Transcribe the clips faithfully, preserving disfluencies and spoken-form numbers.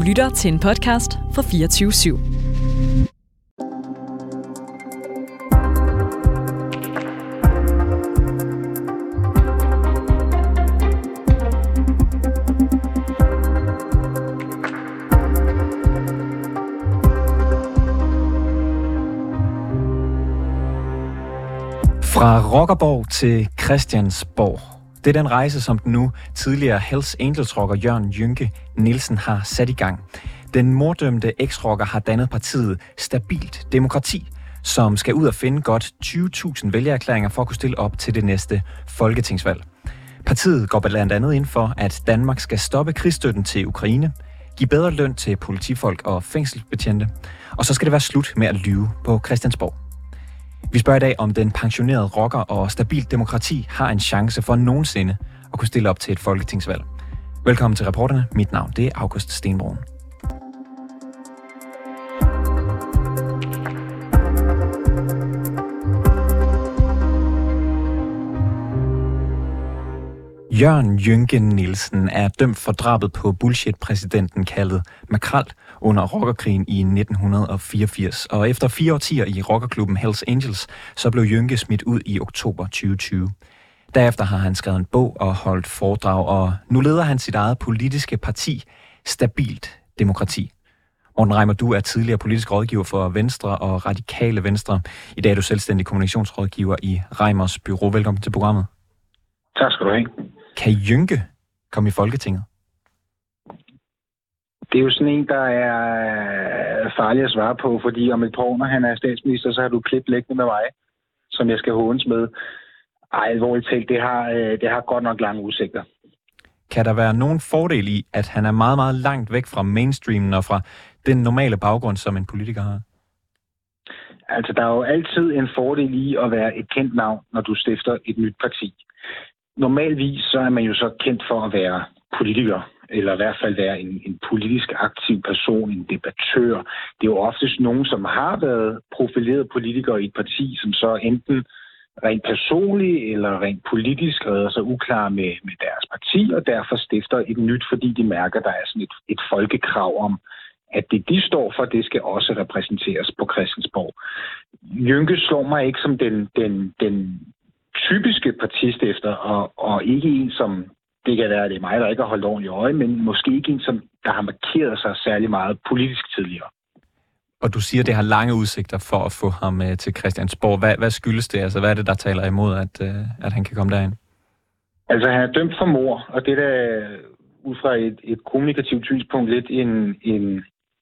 lytter til en podcast fra fireogtyve syv. Fra Rockerborg til Christiansborg. Det er den rejse, som den nu tidligere Hells Angels-rocker Jørgen Jynke Nielsen har sat i gang. Den morddømte eks-rocker har dannet partiet Stabilt Demokrati, som skal ud og finde godt tyve tusind vælgererklæringer for at kunne stille op til det næste folketingsvalg. Partiet går blandt andet ind for, at Danmark skal stoppe krigsstøtten til Ukraine, give bedre løn til politifolk og fængselsbetjente, og så skal det være slut med at lyve på Christiansborg. Vi spørger i dag, om den pensionerede rocker og Stabilt Demokrati har en chance for nogensinde at kunne stille op til et folketingsvalg. Velkommen til Reporterne. Mit navn det er August Stenbroen. Jørgen Jynke Nielsen er dømt for drabet på bullshit-præsidenten kaldet Makrel under rockerkrigen i nitten fireogfirs. Og efter fire årtier i rockerklubben Hells Angels, så blev Jynke smidt ud i oktober tyve tyve. Derefter har han skrevet en bog og holdt foredrag, og nu leder han sit eget politiske parti, Stabilt Demokrati. Morten Reimer, du er tidligere politisk rådgiver for Venstre og Radikale Venstre. I dag er du selvstændig kommunikationsrådgiver i Reimers Bureau. Velkommen til programmet. Tak skal du have. Kan Jynke komme i Folketinget? Det er jo sådan en, der er farlig at svare på, fordi om et par år, når han er statsminister, så har du klip liggende med mig, som jeg skal hånes med. Ej, alvorligt talt, det har, det har godt nok lange udsigter. Kan der være nogen fordel i, at han er meget, meget langt væk fra mainstreamen og fra den normale baggrund, som en politiker har? Altså, der er jo altid en fordel i at være et kendt navn, når du stifter et nyt parti. Normalvis så er man jo så kendt for at være politiker, eller i hvert fald være en, en politisk aktiv person, en debattør. Det er jo oftest nogen, som har været profilerede politikere i et parti, som så enten rent personligt eller rent politisk redder sig uklar med, med deres parti, og derfor stifter et nyt, fordi de mærker, der er sådan et, et folkekrav om, at det de står for, det skal også repræsenteres på Christiansborg. Jynke slår mig ikke som den, den, den typiske partistifter, og, og ikke en, som, det kan være, det er mig, der ikke har holdt ordentligt øje, men måske ikke en, som der har markeret sig særlig meget politisk tidligere. Og du siger, at det har lange udsigter for at få ham uh, til Christiansborg. Hvad, hvad skyldes det? Altså, hvad er det, der taler imod, at, uh, at han kan komme derind? Altså, han er dømt for mord, og det er da ud fra et, et kommunikativt synspunkt lidt en, en,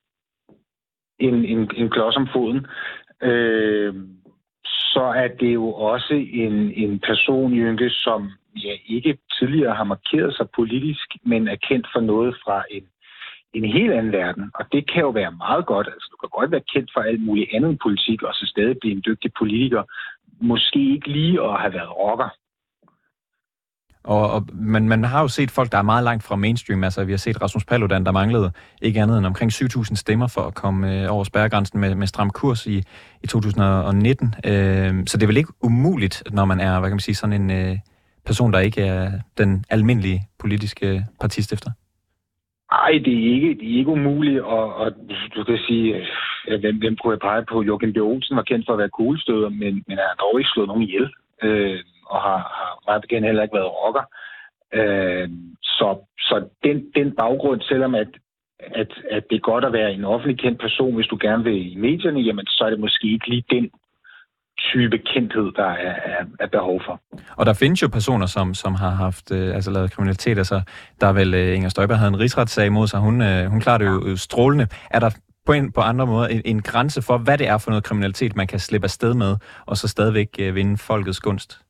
en, en, en klods om foden. Øh, så er det jo også en, en person, Jynke, som ja, ikke tidligere har markeret sig politisk, men er kendt for noget fra en, en helt anden verden. Og det kan jo være meget godt. Altså, du kan godt være kendt for alt muligt andet end politik, og så stadig blive en dygtig politiker. Måske ikke lige at have været rocker. Og, og, men man har jo set folk, der er meget langt fra mainstream. Altså, vi har set Rasmus Paludan, der manglede ikke andet end omkring syv tusind stemmer for at komme øh, over spærregrænsen med, med stram kurs i, i to tusind nitten. Øh, så det er vel ikke umuligt, når man er, hvad kan man sige, sådan en øh, person, der ikke er den almindelige politiske partistifter? Ej, det er ikke, det er ikke umuligt, og, og du kan sige, øh, hvem, hvem kunne jeg pege på? Joachim B. Olsen var kendt for at være kuglestøder, men, men han har dog ikke slået nogen ihjel. Øh, og har, har meget bekendt heller ikke været rocker. Øh, så så den, den baggrund, selvom at, at, at det er godt at være en offentlig kendt person, hvis du gerne vil i medierne, jamen så er det måske ikke lige den type kendthed, der er, er, er behov for. Og der findes jo personer, som, som har haft øh, altså lavet kriminalitet. Altså, der er vel øh, Inger Støjberg havde en rigsretssag imod sig. Hun, øh, hun klarer det jo strålende. Er der på, en, på andre måder en, en grænse for, hvad det er for noget kriminalitet, man kan slippe afsted med, og så stadigvæk øh, vinde folkets gunst?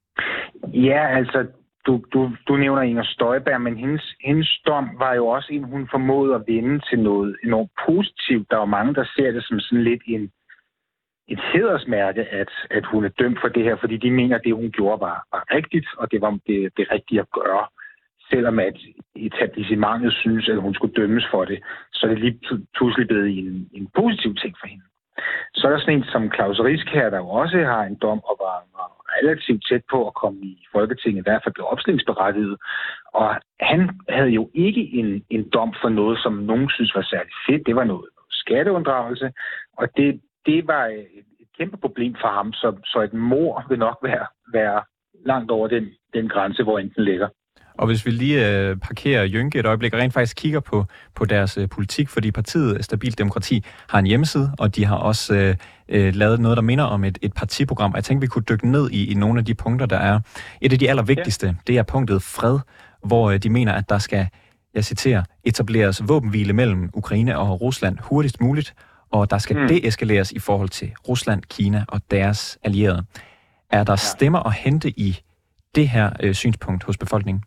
Ja, altså, du, du, du nævner Inger Støjberg, men hendes, hendes dom var jo også en, hun formåede at vinde til noget enormt positivt. Der er mange, der ser det som sådan lidt en, et hædersmærke, at, at hun er dømt for det her, fordi de mener, at det, hun gjorde, var, var rigtigt, og det var det, det rigtige at gøre. Selvom at etablissementet synes, at hun skulle dømmes for det, så er det lige pludselig blevet en, en positiv ting for hende. Så er der sådan en som Claus Riskær, der jo også har en dom og var, var relativt tæt på at komme i Folketinget, i hvert fald blev opstillingsberettiget. Og han havde jo ikke en, en dom for noget, som nogen synes var særlig fedt. Det var noget skatteunddragelse, og det, det var et, et kæmpe problem for ham, så, så et mord vil nok være, være langt over den, den grænse, hvor enten ligger. Og hvis vi lige øh, parkerer Jønke et øjeblik og rent faktisk kigger på, på deres øh, politik, fordi partiet Stabilt Demokrati har en hjemmeside, og de har også øh, øh, lavet noget, der minder om et, et partiprogram. Jeg tænkte, vi kunne dykke ned i, i nogle af de punkter, der er. Et af de allervigtigste, ja. Det er punktet fred, hvor øh, de mener, at der skal, jeg citerer, etableres våbenhvile mellem Ukraine og Rusland hurtigst muligt, og der skal mm. deeskaleres i forhold til Rusland, Kina og deres allierede. Er der stemmer at hente i det her øh, synspunkt hos befolkningen?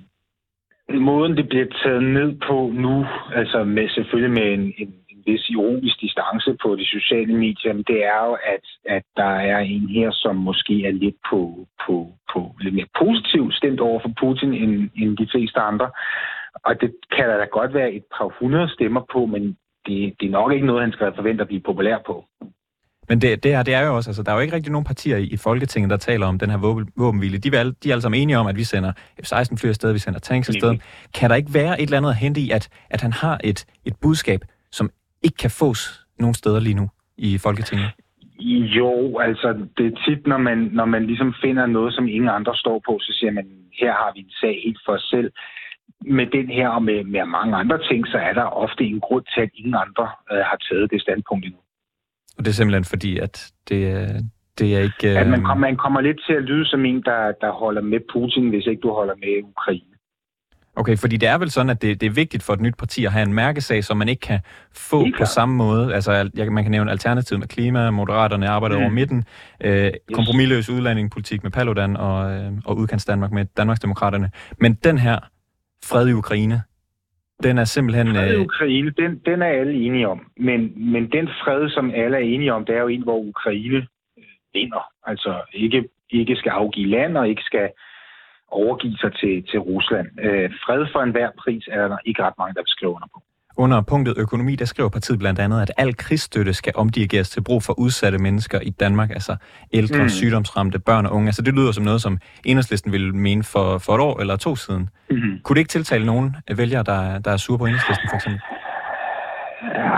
Måden, det bliver taget ned på nu, altså med, selvfølgelig med en, en, en vis ironisk distance på de sociale medier, men det er jo, at, at der er en her, som måske er lidt på, på, på lidt mere positivt stemt over for Putin end, end de fleste andre. Og det kan der da godt være et par hundrede stemmer på, men det, det er nok ikke noget, han skal forvente at blive populær på. Men det, det, er, det er jo også, altså der er jo ikke rigtig nogen partier i, i Folketinget, der taler om den her våben, våbenhvile. De er, alle, de er alle sammen enige om, at vi sender F seksten fly afsted, vi sender tanks afsted. Kan der ikke være et eller andet at hente i, at, at han har et, et budskab, som ikke kan fås nogen steder lige nu i Folketinget? Jo, altså det er tit, når man, når man ligesom finder noget, som ingen andre står på, så siger man, her har vi en sag helt for os selv. Med den her og med, med mange andre ting, så er der ofte en grund til, at ingen andre øh, har taget det standpunkt endnu. Og det er simpelthen fordi, at det, det er ikke... Øh... At man, kom, man kommer lidt til at lyde som en, der, der holder med Putin, hvis ikke du holder med Ukraine. Okay, fordi det er vel sådan, at det, det er vigtigt for et nyt parti at have en mærkesag, som man ikke kan få ikke på klar. samme måde. Altså, jeg, man kan nævne Alternativet med klima, Moderaterne arbejder mm. over midten, øh, yes. kompromisløs udlændingepolitik med Paludan og, øh, og udkants Danmark med Danmarksdemokraterne. Men den her fred i Ukraine, den er simpelthen... Fred i Ukraine, den, den er alle enige om. Men, men den fred, som alle er enige om, det er jo en, hvor Ukraine vinder. Altså ikke, ikke skal afgive land og ikke skal overgive sig til, til Rusland. Øh, fred for enhver pris er der ikke ret mange, der vil skrive under på. Under punktet økonomi, der skriver partiet blandt andet, at al krigsstøtte skal omdirigeres til brug for udsatte mennesker i Danmark, altså ældre, mm. sygdomsramte, børn og unge. Altså det lyder som noget, som Enhedslisten ville mene for, for et år eller to siden. Mm-hmm. Kunne det ikke tiltale nogen vælgere, der, der er sure på Enhedslisten, for eksempel? Ja,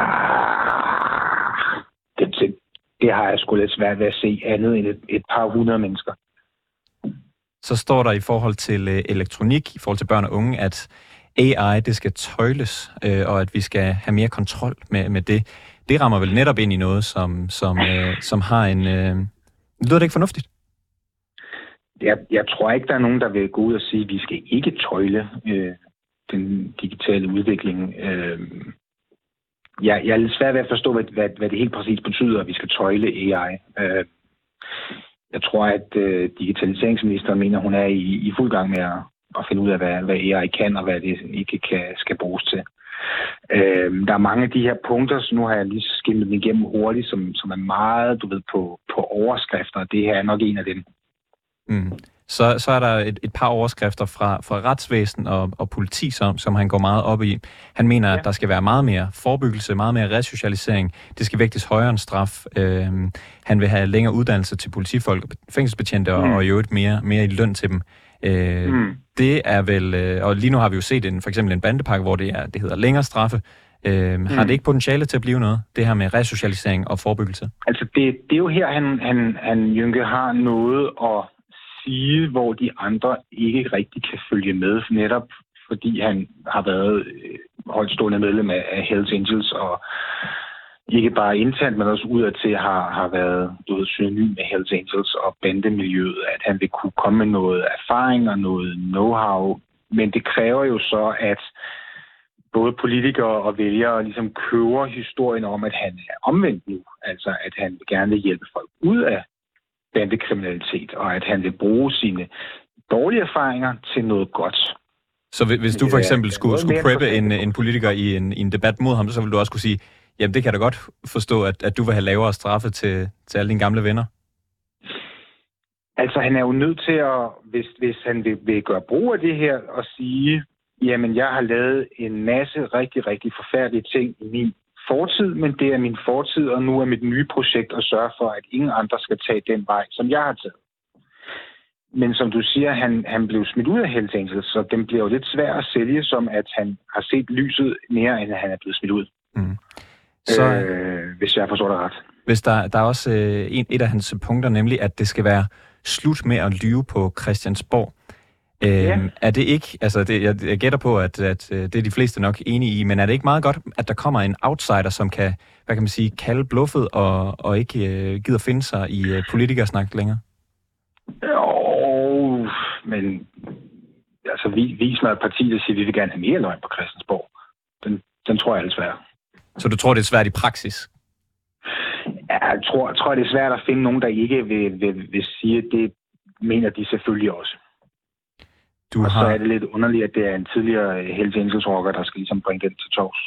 det, det, det har jeg sgu lidt svært ved at se andet end et, et par hundrede mennesker. Så står der i forhold til øh, elektronik, i forhold til børn og unge, at A I, det skal tøjles, øh, og at vi skal have mere kontrol med, med det. Det rammer vel netop ind i noget, som, som, øh, som har en... Øh... Lyder det ikke fornuftigt? Jeg, jeg tror ikke, der er nogen, der vil gå ud og sige, at vi skal ikke tøjle øh, den digitale udvikling. Øh, jeg, jeg er lidt svært ved at forstå, hvad, hvad, hvad det helt præcis betyder, at vi skal tøjle A I. Øh, jeg tror, at øh, digitaliseringsministeren mener, hun er i, i fuld gang med at og finde ud af, hvad, hvad A I kan, og hvad det ikke kan, skal bruges til. Øhm, der er mange af de her punkter, så nu har jeg lige skimmet dem igennem hurtigt, som, som er meget, du ved, på, på overskrifter, og det her er nok en af dem. Mm. Så, så er der et, et par overskrifter fra, fra retsvæsen og, og politi, som, som han går meget op i. Han mener, ja. at der skal være meget mere forebyggelse, meget mere resocialisering. Det skal vægtes højere end straf. Øhm, han vil have længere uddannelse til politifolk, fængselsbetjente og, mm. og i øvrigt mere, mere i løn til dem. Øh, mm. Det er vel, øh, og lige nu har vi jo set en, for eksempel en bandepakke, hvor det, er, det hedder længere straffe. Øh, mm. Har det ikke potentiale til at blive noget, det her med resocialisering og forebyggelse? Altså det, det er jo her, han, han, han Jønke har noget at sige, hvor de andre ikke rigtig kan følge med, netop fordi han har været højtstående medlem af Hells Angels, og ikke bare internt, men også udadtil har, har været du ved, synonym med Hells Angels og bandemiljøet, at han vil kunne komme med noget erfaring og noget know-how. Men det kræver jo så, at både politikere og vælgere ligesom køber historien om, at han er omvendt nu. Altså, at han gerne vil hjælpe folk ud af bandekriminalitet, og at han vil bruge sine dårlige erfaringer til noget godt. Så hvis du for eksempel skulle, skulle preppe en, en politiker i en, i en debat mod ham, så ville du også kunne sige, jamen, det kan jeg da godt forstå, at, at du vil have lavere straffe til, til alle dine gamle venner. Altså, han er jo nødt til at, hvis, hvis han vil, vil gøre brug af det her, og sige, jamen, jeg har lavet en masse rigtig, rigtig forfærdelige ting i min fortid, men det er min fortid, og nu er mit nye projekt at sørge for, at ingen andre skal tage den vej, som jeg har taget. men som du siger, han, han blev smidt ud af Hells Angels, så den bliver jo lidt svær at sælge, som at han har set lyset mere, end han er blevet smidt ud. Mm. Så, øh, hvis jeg forstår det ret. Hvis der, der er også øh, en, et af hans punkter, nemlig at det skal være slut med at lyve på Christiansborg. Øh, ja. Er det ikke, altså det, jeg, jeg gætter på, at, at det er de fleste nok enige i, men er det ikke meget godt, at der kommer en outsider, som kan, hvad kan man sige, kalde bluffet og, og ikke øh, gider finde sig i øh, politikersnak længere? Jo, men altså vi viser et parti, der siger, at vi vil gerne have mere løgn på Christiansborg. Den, den tror jeg er svært. Så du tror, det er svært i praksis? Ja, jeg tror, tror det er svært at finde nogen, der ikke vil, vil, vil sige, at det mener de selvfølgelig også. Du og har... så er det lidt underligt, at det er en tidligere Hells Angels rocker, der skal ligesom bringe den til torvs.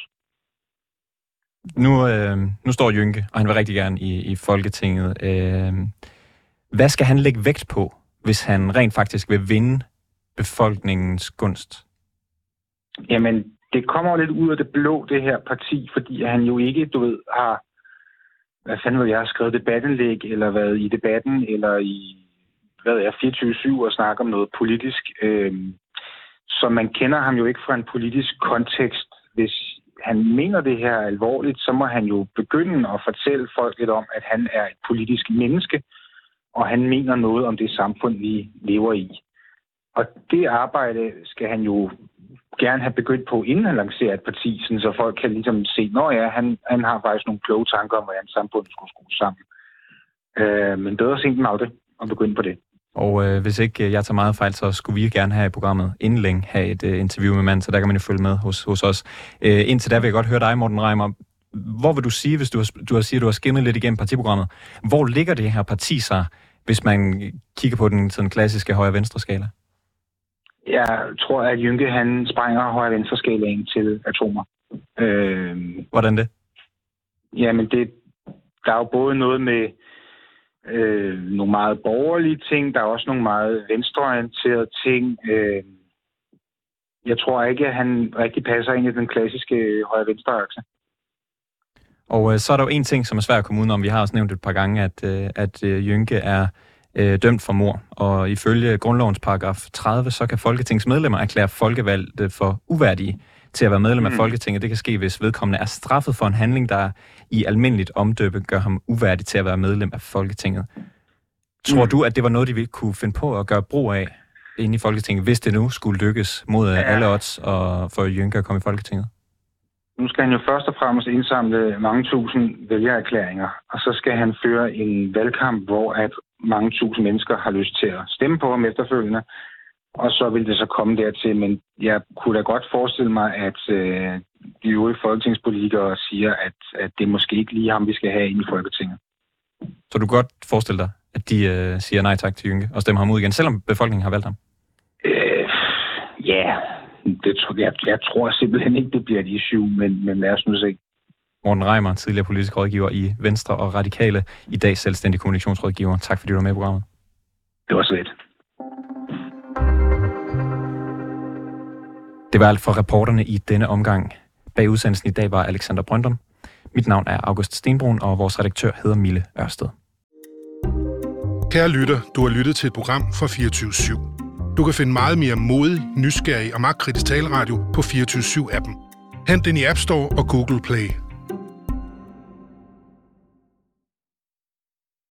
Nu, øh, nu står Jynke, og han vil rigtig gerne i, i Folketinget. Øh, hvad skal han lægge vægt på, hvis han rent faktisk vil vinde befolkningens gunst? Jamen, det kommer lidt ud af det blå, det her parti, fordi han jo ikke, du ved, har, hvad fanden ved jeg, har skrevet debatindlæg, eller været i debatten, eller i, hvad er fireogtyve syv og snakke om noget politisk. Øhm, så man kender ham jo ikke fra en politisk kontekst. Hvis han mener det her alvorligt, så må han jo begynde at fortælle folk lidt om, at han er et politisk menneske, og han mener noget om det samfund, vi lever i. Og det arbejde skal han jo gerne have begyndt på, inden han lancerer et parti, sådan så folk kan ligesom se, nå ja, han, han har faktisk nogle kloge tanker om, hvordan samfundet skulle skrues sammen. Øh, men bedre sent end aldrig at begynde på det. Og øh, hvis ikke jeg tager meget fejl, så skulle vi gerne have i programmet inden længe have et øh, interview med manden, så der kan man jo følge med hos, hos os. Øh, indtil da vil jeg godt høre dig, Morten Reimer. Hvor vil du sige, hvis du har, du har siger, du har skimmet lidt igennem partiprogrammet, hvor ligger det her parti sig, hvis man kigger på den sådan klassiske højre-venstre skala? Jeg tror, at Jynke, han sprænger højre-venstre-skalaen til atomer. Øh, Hvordan det? Jamen, det, der er jo både noget med øh, nogle meget borgerlige ting, der er også nogle meget venstreorienterede ting. Øh, jeg tror ikke, at han rigtig passer ind i den klassiske højre-venstre-akse. Og øh, så er der jo en ting, som er svært at komme udenom. Vi har også nævnt et par gange, at, øh, at øh, Jynke er øh, dømt for mord. Og ifølge grundlovens paragraf tredive, så kan Folketingets medlemmer erklære folkevalgte for uværdige til at være medlem af mm. Folketinget. Det kan ske, hvis vedkommende er straffet for en handling, der i almindeligt omdøbe gør ham uværdig til at være medlem af Folketinget. Tror mm. du, at det var noget, de ville kunne finde på at gøre brug af inde i Folketinget, hvis det nu skulle lykkes mod ja. alle odds og for Jynke at komme i Folketinget? Nu skal han jo først og fremmest indsamle mange tusind vælgererklæringer, og så skal han føre en valgkamp, hvor at mange tusind mennesker har lyst til at stemme på ham efterfølgende, og så vil det så komme dertil. Men jeg kunne da godt forestille mig, at øh, de øvrige folketingspolitikere siger, at, at det er måske ikke lige ham, vi skal have ind i Folketinget. Så du kan godt forestille dig, at de øh, siger nej tak til Jynke og stemmer ham ud igen, selvom befolkningen har valgt ham? Øh, ja, yeah. Det, jeg, jeg tror simpelthen ikke, det bliver et issue, men, men lad os nu se. Morten Reimer, tidligere politisk rådgiver i Venstre og Radikale, i dag selvstændig kommunikationsrådgiver. Tak fordi du var med i programmet. Det var så lidt. Det var alt for reporterne i denne omgang. Bag udsendelsen i dag var Alexander Brøndum. Mit navn er August Stenbrun, og vores redaktør hedder Mille Ørsted. Kære lytter, du har lyttet til et program fra fireogtyve syv. Du kan finde meget mere modig, nysgerrig og magtkritisk taleradio på fireogtyve syv appen. Hent den i App Store og Google Play.